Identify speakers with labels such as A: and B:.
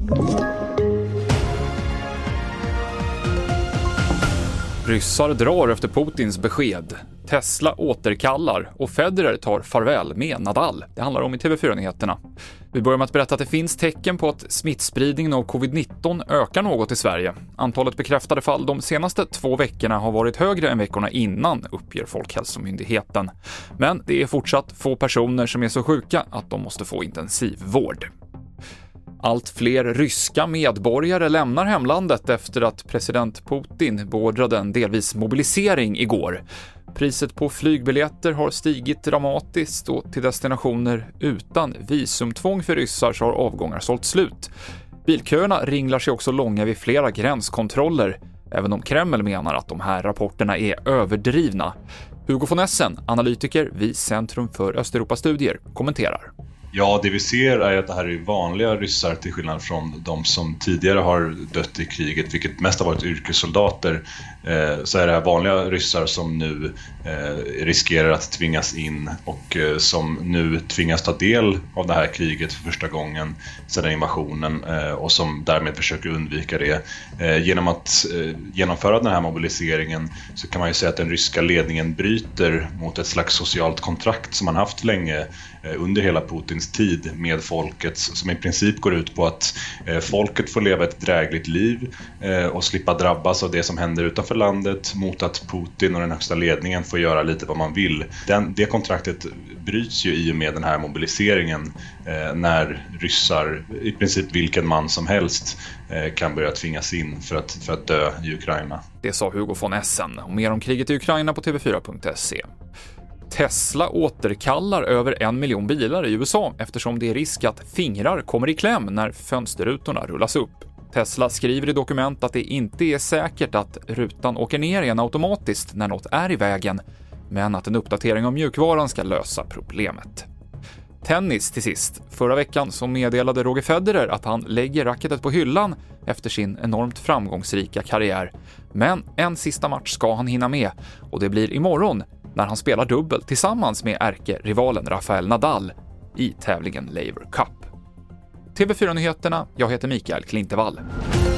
A: Ryssar drar efter Putins besked. Tesla återkallar och Federer tar farväl med Nadal. Det handlar om i TV4-nyheterna. Vi börjar med att berätta att det finns tecken på att smittspridningen av covid-19 ökar något i Sverige. Antalet bekräftade fall de senaste 2 veckorna har varit högre än veckorna innan, uppger Folkhälsomyndigheten. Men det är fortsatt få personer som är så sjuka att de måste få intensivvård. Allt fler ryska medborgare lämnar hemlandet efter att president Putin beordrade en delvis mobilisering igår. Priset på flygbiljetter har stigit dramatiskt och till destinationer utan visumtvång för ryssar så har avgångar sålt slut. Bilköerna ringlar sig också långa vid flera gränskontroller, även om Kreml menar att de här rapporterna är överdrivna. Hugo von Essen, analytiker vid Centrum för Östeuropastudier, kommenterar.
B: Ja, det vi ser är att det här är vanliga ryssar till skillnad från de som tidigare har dött i kriget, vilket mest har varit yrkessoldater. Så är det här vanliga ryssar som nu riskerar att tvingas in och som nu tvingas ta del av det här kriget för första gången sedan invasionen och som därmed försöker undvika det. Genom att genomföra den här mobiliseringen så kan man ju säga att den ryska ledningen bryter mot ett slags socialt kontrakt som man haft länge under hela Putins tid med folket, som i princip går ut på att folket får leva ett drägligt liv och slippa drabbas av det som händer utanför landet, mot att Putin och den högsta ledningen får göra lite vad man vill. Det kontraktet bryts ju i och med den här mobiliseringen när ryssar, i princip vilken man som helst, kan börja tvingas in för att dö i Ukraina.
A: Det sa Hugo von Essen. Och mer om kriget i Ukraina på tv4.se. Tesla återkallar över 1 miljon bilar i USA eftersom det är risk att fingrar kommer i kläm när fönsterrutorna rullas upp. Tesla skriver i dokument att det inte är säkert att rutan åker ner igen automatiskt när något är i vägen, men att en uppdatering av mjukvaran ska lösa problemet. Tennis till sist. Förra veckan så meddelade Roger Federer att han lägger racketet på hyllan efter sin enormt framgångsrika karriär. Men en sista match ska han hinna med och det blir imorgon när han spelar dubbel tillsammans med ärkerivalen Rafael Nadal i tävlingen Laver Cup. TV4-nyheterna, jag heter Mikael Klintevall.